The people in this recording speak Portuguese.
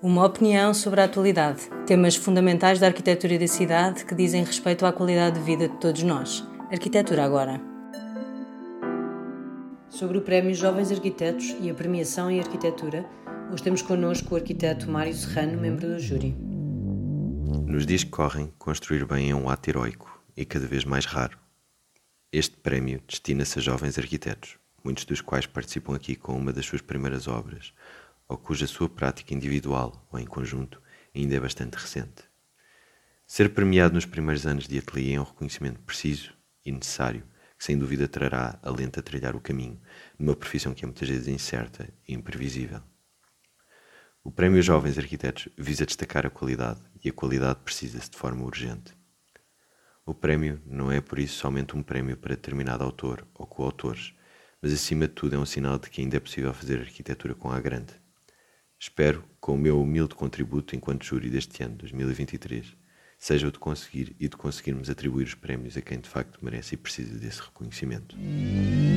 Uma opinião sobre a atualidade. Temas fundamentais da arquitetura e da cidade que dizem respeito à qualidade de vida de todos nós. Arquitetura agora. Sobre o Prémio Jovens Arquitetos e a premiação em arquitetura, hoje temos connosco o arquiteto Mário Serrano, membro do júri. Nos dias que correm, construir bem é um ato heroico e cada vez mais raro. Este prémio destina-se a jovens arquitetos, muitos dos quais participam aqui com uma das suas primeiras obras, ou cuja sua prática individual ou em conjunto ainda é bastante recente. Ser premiado nos primeiros anos de ateliê é um reconhecimento preciso e necessário, que sem dúvida trará alento a trilhar o caminho numa profissão que é muitas vezes incerta e imprevisível. O Prémio Jovens Arquitetos visa destacar a qualidade, e a qualidade precisa-se de forma urgente. O prémio não é por isso somente um prémio para determinado autor ou coautores, mas acima de tudo é um sinal de que ainda é possível fazer arquitetura com A grande. Espero, com o meu humilde contributo enquanto júri deste ano, 2023, seja o de conseguir e de conseguirmos atribuir os prémios a quem de facto merece e precisa desse reconhecimento.